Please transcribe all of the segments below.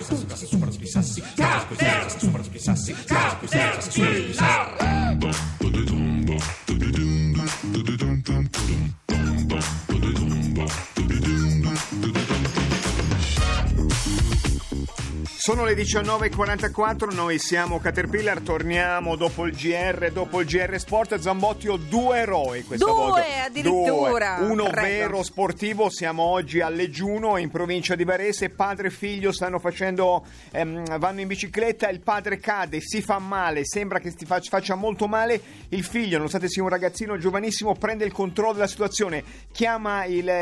Sono le 19.44, noi siamo Caterpillar, torniamo dopo il GR Sport. Zambotti, ho due eroi questa volta. Due addirittura. Uno Prego. vero sportivo, siamo oggi a Leggiuno in provincia di Varese, padre e figlio stanno facendo, vanno in bicicletta, il padre cade, si fa male, sembra che faccia molto male, il figlio, nonostante sia un ragazzino giovanissimo, prende il controllo della situazione, chiama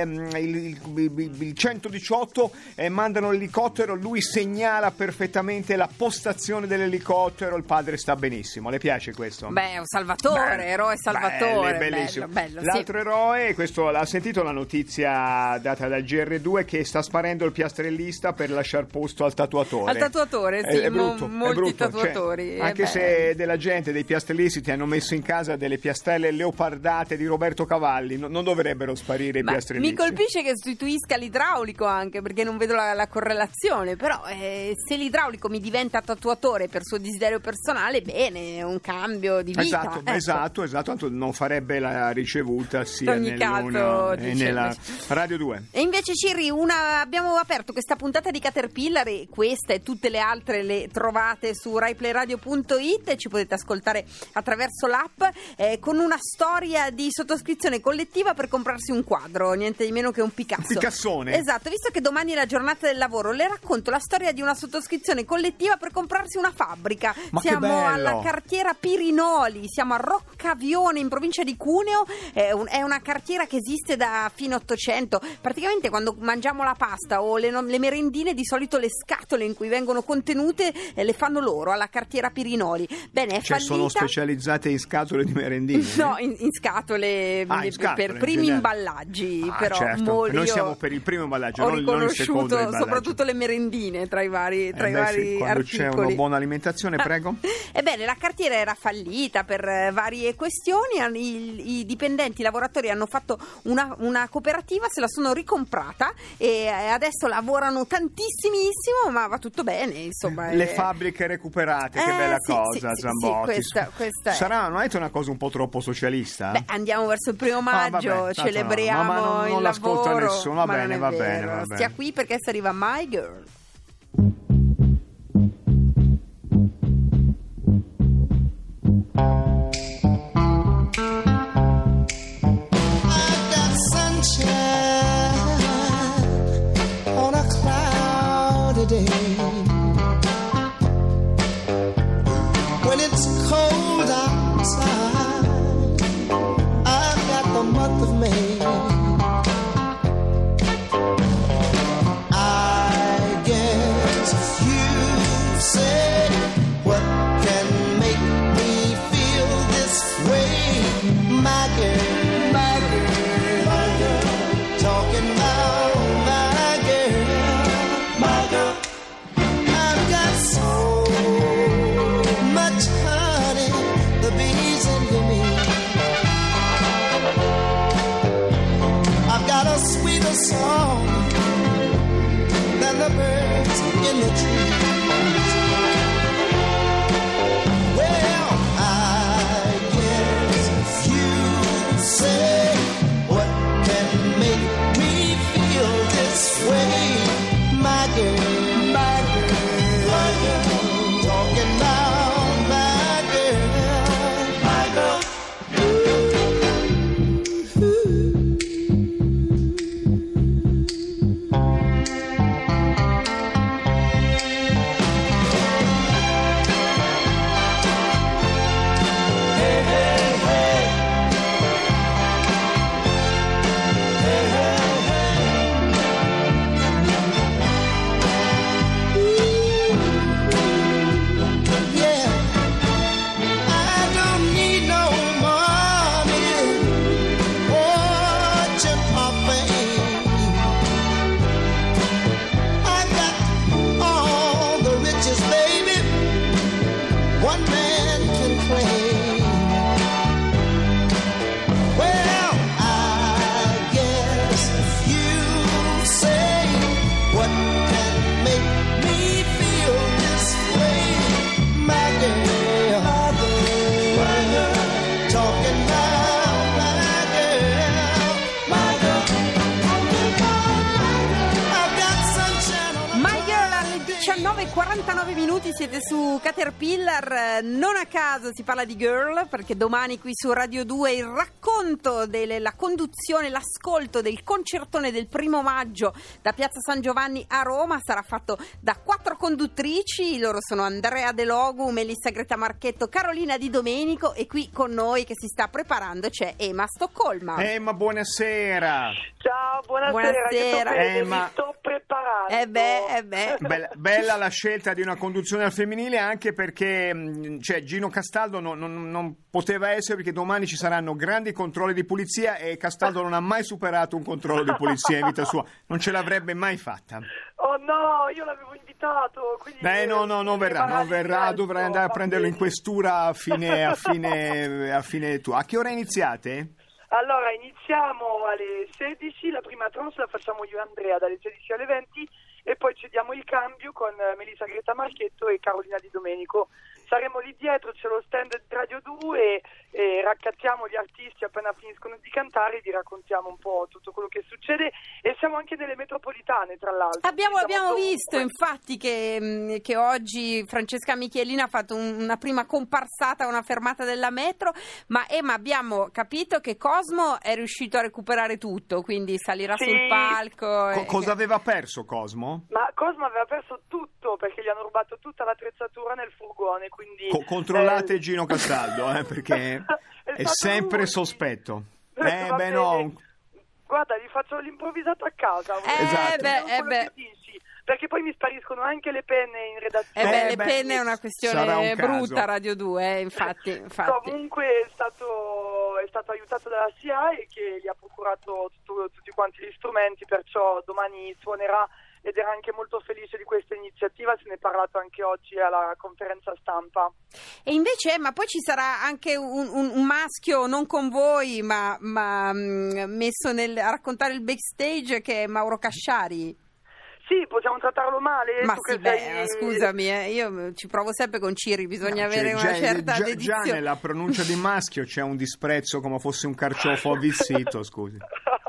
il 118, mandano l'elicottero, lui segnala perfettamente la postazione dell'elicottero, il padre sta benissimo. Le piace questo? Beh, è un salvatore, eroe salvatore. Bellissimo. Bello, l'altro eroe, questo l'ha sentito la notizia data dal GR2 che sta sparendo il piastrellista per lasciar posto al tatuatore. Al tatuatore, sì, è brutto, molti è brutto. tatuatori. Cioè, anche se della gente, dei piastrellisti ti hanno messo in casa delle piastrelle leopardate di Roberto Cavalli, non dovrebbero sparire i piastrellisti. Mi colpisce che sostituisca l'idraulico anche, perché non vedo la correlazione, però se l'idraulico mi diventa tatuatore per suo desiderio personale, bene, è un cambio di vita. Esatto, tanto non farebbe la ricevuta sia nell'uno e nella Radio 2. E invece Cirri, abbiamo aperto questa puntata di Caterpillar e questa e tutte le altre le trovate su raiplayradio.it e ci potete ascoltare attraverso l'app con una storia di sottoscrizione collettiva per comprarsi un quadro, niente di meno che un Picasso. Un Picassone? Esatto, visto che domani è la giornata del lavoro, le racconto la storia di una sottoscrizione collettiva per comprarsi una fabbrica. Ma siamo alla cartiera Pirinoli, siamo a Roccavione in provincia di Cuneo, è una cartiera che esiste da fine 800. Praticamente quando mangiamo la pasta o le merendine, di solito le scatole in cui vengono contenute le fanno loro alla cartiera Pirinoli. Bene, è fallita. Sono specializzate in scatole di merendine? No, in scatole, per primi imballaggi. Però certo. Noi siamo per il primo imballaggio, ho non il secondo imballaggio. Soprattutto le merendine tra i vari quando articoli. c'è una buona alimentazione, prego. Ebbene, la cartiera era fallita per varie questioni, i dipendenti, i lavoratori hanno fatto una cooperativa, se la sono ricomprata e adesso lavorano tantissimissimo, ma va tutto bene, insomma. Le fabbriche recuperate, che bella cosa, Zambotti. Sì, questa sarà, non è una cosa un po' troppo socialista? Beh, andiamo verso il 1 maggio, celebriamo non il l'ascolta lavoro. Nessuno, va bene. Stia qui perché adesso arriva My Girl. When it's cold outside, I've got the month of May. I guess you say, what can make me feel this way? My girl, my girl, my girl, talking about my girl, my girl. I've got so much honey, the bees envy me. I've got a sweeter song than the birds in the trees. Well, I guess you say, what can make me feel this way? My girl, my girl, my girl, talking about my girl, my girl. 19:49 minuti, siete su Caterpillar. Non a caso si parla di Girl, perché domani qui su Radio 2 il racconto la conduzione, l'ascolto del concertone del 1° maggio da Piazza San Giovanni a Roma sarà fatto da 4 conduttrici. Loro sono Andrea De Logu, Melissa Greta Marchetto, Carolina Di Domenico, e qui con noi che si sta preparando c'è Emma Stoccolma. Emma, buonasera. Ciao, buonasera. Emma, mi sto preparando. Bella la scelta di una conduzione al femminile, anche perché Gino Castaldo non poteva essere, perché domani ci saranno grandi controlli di polizia e Castaldo non ha mai superato un controllo di polizia in vita sua, non ce l'avrebbe mai fatta. Oh no, io l'avevo invitato, quindi non verrà, dovrai andare a prenderlo in questura a fine tu. A che ora iniziate? Allora, iniziamo alle 16, la prima tranche la facciamo io e Andrea dalle 16 alle 20 e poi cediamo il cambio con Melissa Greta Marchetto e Carolina Di Domenico. Saremo lì dietro, c'è lo stand di Radio 2 e raccattiamo gli artisti appena finiscono di cantare, gli raccontiamo un po' tutto quello che succede e siamo anche nelle metropolitane, tra l'altro. Abbiamo visto infatti che oggi Francesca Michelina ha fatto una prima comparsata a una fermata della metro, ma abbiamo capito che Cosmo è riuscito a recuperare tutto, quindi salirà sul palco. Cosa aveva perso Cosmo? Ma Cosmo aveva perso tutto perché gli hanno rubato tutta l'attrezzatura nel furgone. Quindi, controllate Gino Castaldo, perché è sempre sospetto. No. Guarda, gli faccio l'improvvisato a casa. Esatto. Perché poi mi spariscono anche le penne in redazione. Le penne è una questione brutta, Radio 2, infatti. Comunque è stato aiutato dalla SIAE che gli ha procurato tutti quanti gli strumenti, perciò domani suonerà ed era anche molto felice di questa iniziativa, se ne è parlato anche oggi alla conferenza stampa. E invece, ma poi ci sarà anche un maschio, non con voi, ma messo a raccontare il backstage, che è Mauro Casciari. Sì, possiamo trattarlo male. Ma sì, scusami, io ci provo sempre con Ciri, bisogna avere una certa dedizione. Già nella pronuncia di maschio c'è un disprezzo come fosse un carciofo avvissito, scusi.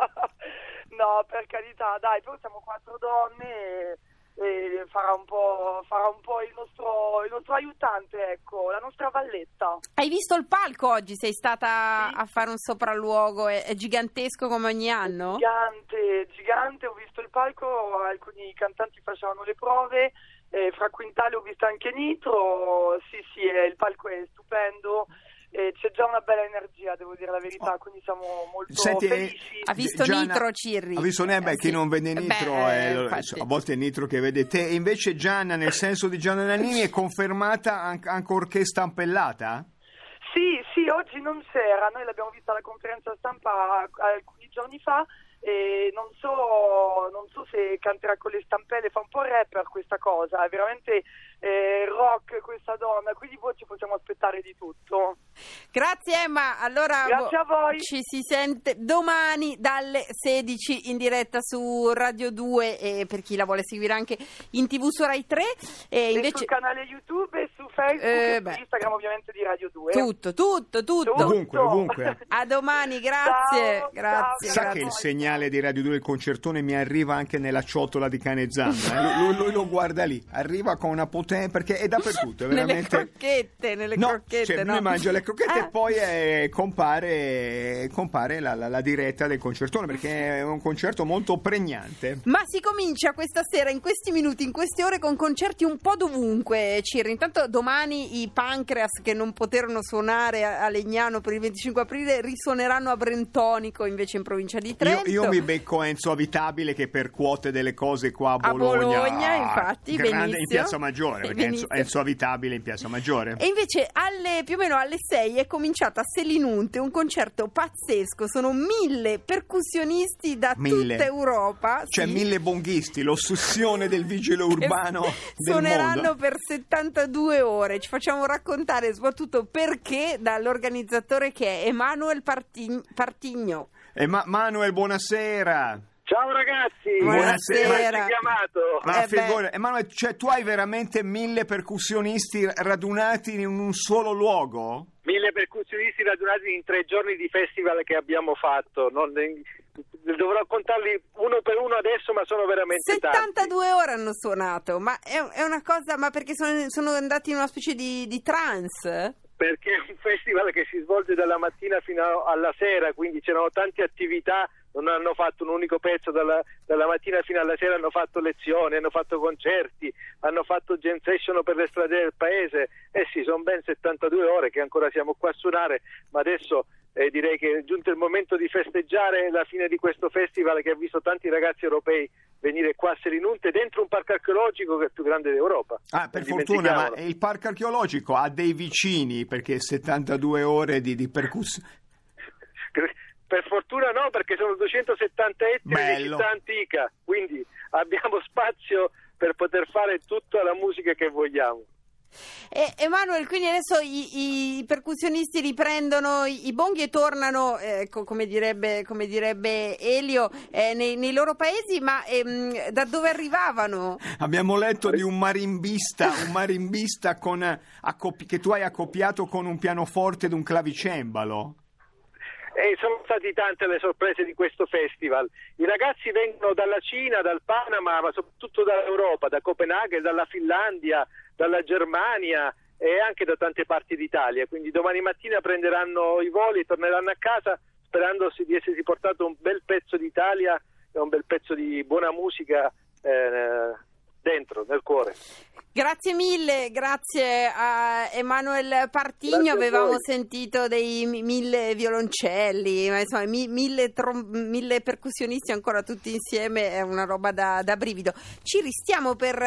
No, per carità, dai, però siamo 4 donne e farà un po' il nostro aiutante, ecco, la nostra valletta. Hai visto il palco oggi? Sei stata a fare un sopralluogo, è gigantesco come ogni anno? Gigante, ho visto il palco, alcuni cantanti facevano le prove, fra Quintale ho visto anche Nitro, sì, il palco è stupendo. C'è già una bella energia, devo dire la verità, quindi siamo molto felici. Ha visto Nitro, Cirri? Ha visto chi non vede Nitro, a volte è Nitro che vede te. E invece Gianna, nel senso di Gianna Nannini, è confermata ancorché stampellata? Sì, oggi non c'era, noi l'abbiamo vista alla conferenza stampa alcuni giorni fa e non so se canterà con le stampelle, fa un po' rapper questa cosa, è veramente rock questa donna, quindi poi ci possiamo aspettare di tutto. Grazie Emma, allora grazie a voi. Ci si sente domani dalle 16 in diretta su Radio 2 e per chi la vuole seguire anche in TV su Rai 3 e invece sul canale YouTube e su Facebook e su Instagram ovviamente di Radio 2. Tutto. Ovunque. A domani, grazie. Ciao, grazie. Sa che il segnale di Radio 2 del concertone mi arriva anche nella ciotola di Canezzano, lui lo guarda lì, arriva con una potenza perché è dappertutto, è veramente nelle crocchette, lui mangia le crocchette e poi compare la diretta del concertone, perché è un concerto molto pregnante. Ma si comincia questa sera, in questi minuti, in queste ore, con concerti un po' dovunque, Cirri. Intanto domani i Pancreas, che non poterono suonare a Legnano per il 25 aprile, risuoneranno a Brentonico, invece in provincia di Trento. Io mi becco Enzo Avitabile che percuote delle cose qua a Bologna. Infatti, grande, in Piazza Maggiore, perché Enzo Avitabile in Piazza Maggiore. E invece più o meno alle 6 è cominciato a Selinunte un concerto pazzesco, sono 1000 percussionisti da tutta Europa. Cioè 1000 bonghisti, l'ossessione del vigile urbano del suoneranno mondo. Per 72 ore, ci facciamo raccontare soprattutto perché dall'organizzatore, che è Emanuel Partigno. Manuel, buonasera. Ciao ragazzi, buonasera. Chiamato. Emanuele, cioè tu hai veramente 1000 percussionisti radunati in un solo luogo? 1000 percussionisti radunati in 3 giorni di festival che abbiamo fatto, dovrò contarli uno per uno adesso, ma sono veramente 72 tanti. ore hanno suonato, ma è una cosa, ma perché sono andati in una specie di trance? Perché è un festival che si svolge dalla mattina fino alla sera, quindi c'erano tante attività, non hanno fatto un unico pezzo dalla mattina fino alla sera, hanno fatto lezioni, hanno fatto concerti, hanno fatto jam session per le strade del paese. Sì, sono ben 72 ore che ancora siamo qua a suonare, ma adesso direi che è giunto il momento di festeggiare la fine di questo festival che ha visto tanti ragazzi europei venire qua a Selinunte dentro un parco archeologico che è il più grande d'Europa. Per fortuna, ma il parco archeologico ha dei vicini, perché 72 ore di percussione. Per fortuna no, perché sono 270 ettari Bello. di città antica, quindi abbiamo spazio per poter fare tutta la musica che vogliamo. Emanuele, quindi adesso i percussionisti riprendono i bonghi e tornano, come direbbe Elio, nei loro paesi, ma da dove arrivavano? Abbiamo letto di un marimbista che tu hai accoppiato con un pianoforte ed un clavicembalo. Sono state tante le sorprese di questo festival. I ragazzi vengono dalla Cina, dal Panama, ma soprattutto dall'Europa, da Copenaghen, dalla Finlandia, dalla Germania e anche da tante parti d'Italia. Quindi domani mattina prenderanno i voli e torneranno a casa sperando di essersi portato un bel pezzo d'Italia e un bel pezzo di buona musica dentro, nel cuore. Grazie mille, grazie a Emanuele Partigno. Grazie a avevamo voi. sentito dei 1000 violoncelli, ma insomma 1000 percussionisti ancora tutti insieme, è una roba da brivido. Ci ristiamo per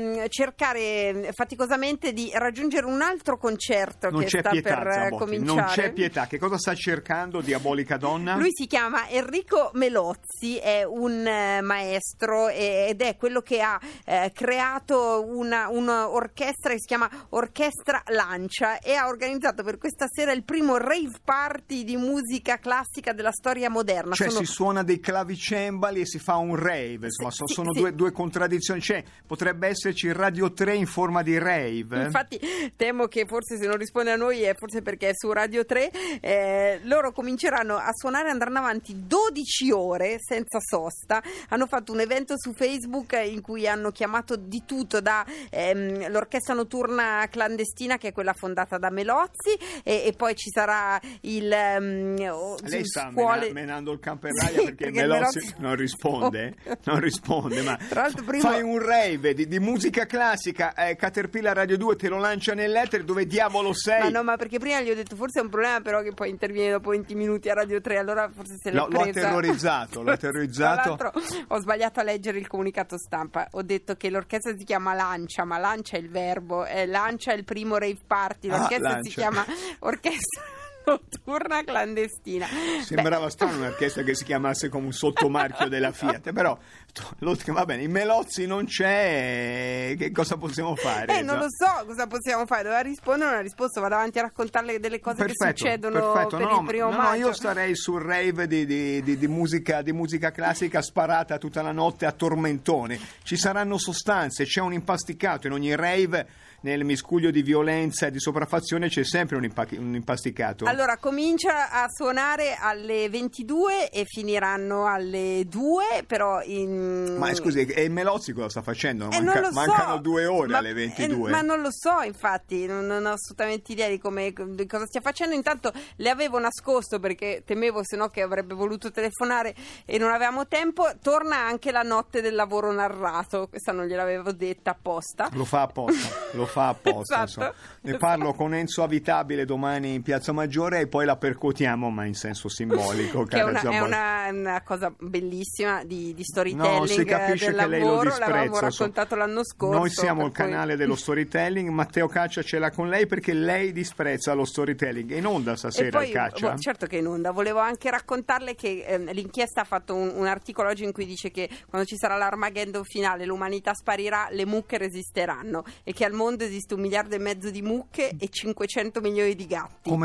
cercare faticosamente di raggiungere un altro concerto Non che c'è sta pietà, per Zabotti, cominciare. non c'è pietà. Che cosa sta cercando, diabolica donna? Lui si chiama Enrico Melozzi, è un maestro ed è quello che ha creato un'orchestra che si chiama Orchestra Lancia e ha organizzato per questa sera il primo rave party di musica classica della storia moderna. Cioè si suona dei clavicembali e si fa un rave, insomma, sono sì. Due contraddizioni. Cioè, potrebbe esserci Radio 3 in forma di rave. Infatti temo che forse se non risponde a noi è forse perché è su Radio 3. Loro cominceranno a suonare e andranno avanti 12 ore senza sosta. Hanno fatto un evento su Facebook in cui hanno chiamato di tutto, da l'orchestra notturna clandestina, che è quella fondata da Melozzi, e poi ci sarà il lei sta scuole... menando il camperaria Sì, perché Melozzi non risponde, ma Tra l'altro prima... fai un rave di musica classica, Caterpillar Radio 2 te lo lancia nell'etere, dove diavolo sei? Ma no, ma perché prima gli ho detto forse è un problema però che poi interviene dopo 20 minuti a Radio 3, allora forse se l'è presa. L'ho terrorizzato. Tra l'altro ho sbagliato a leggere il comunicato stampa, ho detto che l'orchestra si chiama Lancia, ma Lancia è il verbo, Lancia è il primo rave party, l'orchestra si chiama Orchestra Notturna Clandestina. Sembrava strano un'orchestra che si chiamasse come un sottomarchio della Fiat, però va bene, in Melozzi non c'è, che cosa possiamo fare? Non lo so cosa possiamo fare, doveva rispondere, non ha risposto, vado avanti a raccontarle delle cose che succedono per il primo maggio. Io starei sul rave di musica classica sparata tutta la notte a tormentone. Ci saranno sostanze, c'è un impasticato in ogni rave. Nel miscuglio di violenza e di sopraffazione c'è sempre un impasticato. Allora, comincia a suonare alle 22 e finiranno alle 2, però Ma scusi, e Melozzi cosa sta facendo? Non lo so. Mancano 2 ore alle 22. Ma non lo so, infatti, non ho assolutamente idea di cosa stia facendo. Intanto le avevo nascosto perché temevo sennò che avrebbe voluto telefonare e non avevamo tempo. Torna anche la notte del lavoro narrato, questa non gliel'avevo detta apposta. Lo fa apposta. Esatto. Ne parlo con Enzo Avitabile domani in Piazza Maggiore e poi la percuotiamo, ma in senso simbolico. Che è una cosa bellissima di storytelling. No, si capisce del che lei lo lavoro, disprezza. l'avevamo raccontato l'anno scorso. Noi siamo il canale dello storytelling. Matteo Caccia ce l'ha con lei perché lei disprezza lo storytelling. È in onda stasera il Caccia? Certo che è in onda. Volevo anche raccontarle che l'inchiesta ha fatto un articolo oggi in cui dice che quando ci sarà l'Armageddon finale l'umanità sparirà, le mucche resisteranno e che al mondo esiste 1,5 miliardi di mucche e 500 milioni di gatti. Come ci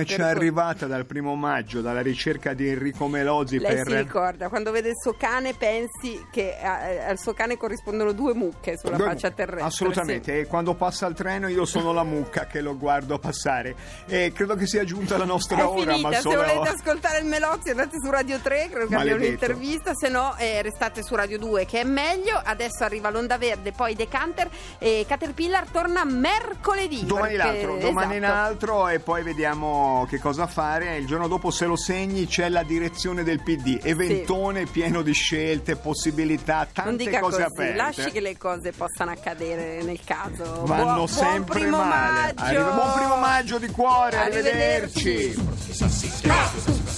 arrivata dal 1° maggio dalla ricerca di Enrico Melozzi. Lei per... si ricorda, quando vede il suo cane pensi che al suo cane corrispondono 2 mucche sulla faccia terrestre. Assolutamente, sì. e quando passa il treno io sono la mucca che lo guardo passare. E credo che sia giunta la nostra È ora. finita, Ma se solo... volete ascoltare il Melozzi andate su Radio 3, credo che abbia Maledetto. un'intervista, se no restate su Radio 2 che è meglio. Adesso arriva l'Onda Verde, poi Decanter e Caterpillar torna mercoledì. Domani l'altro, domani esatto. un altro, e poi vediamo che cosa fare. Il giorno dopo, se lo segni, c'è la direzione del PD, eventone pieno di scelte, possibilità, Non tante dica cose così, aperte. lasci che le cose possano accadere nel caso. Vanno buon sempre primo male. maggio. Buon 1° maggio di cuore, Arrivederci. arrivederci.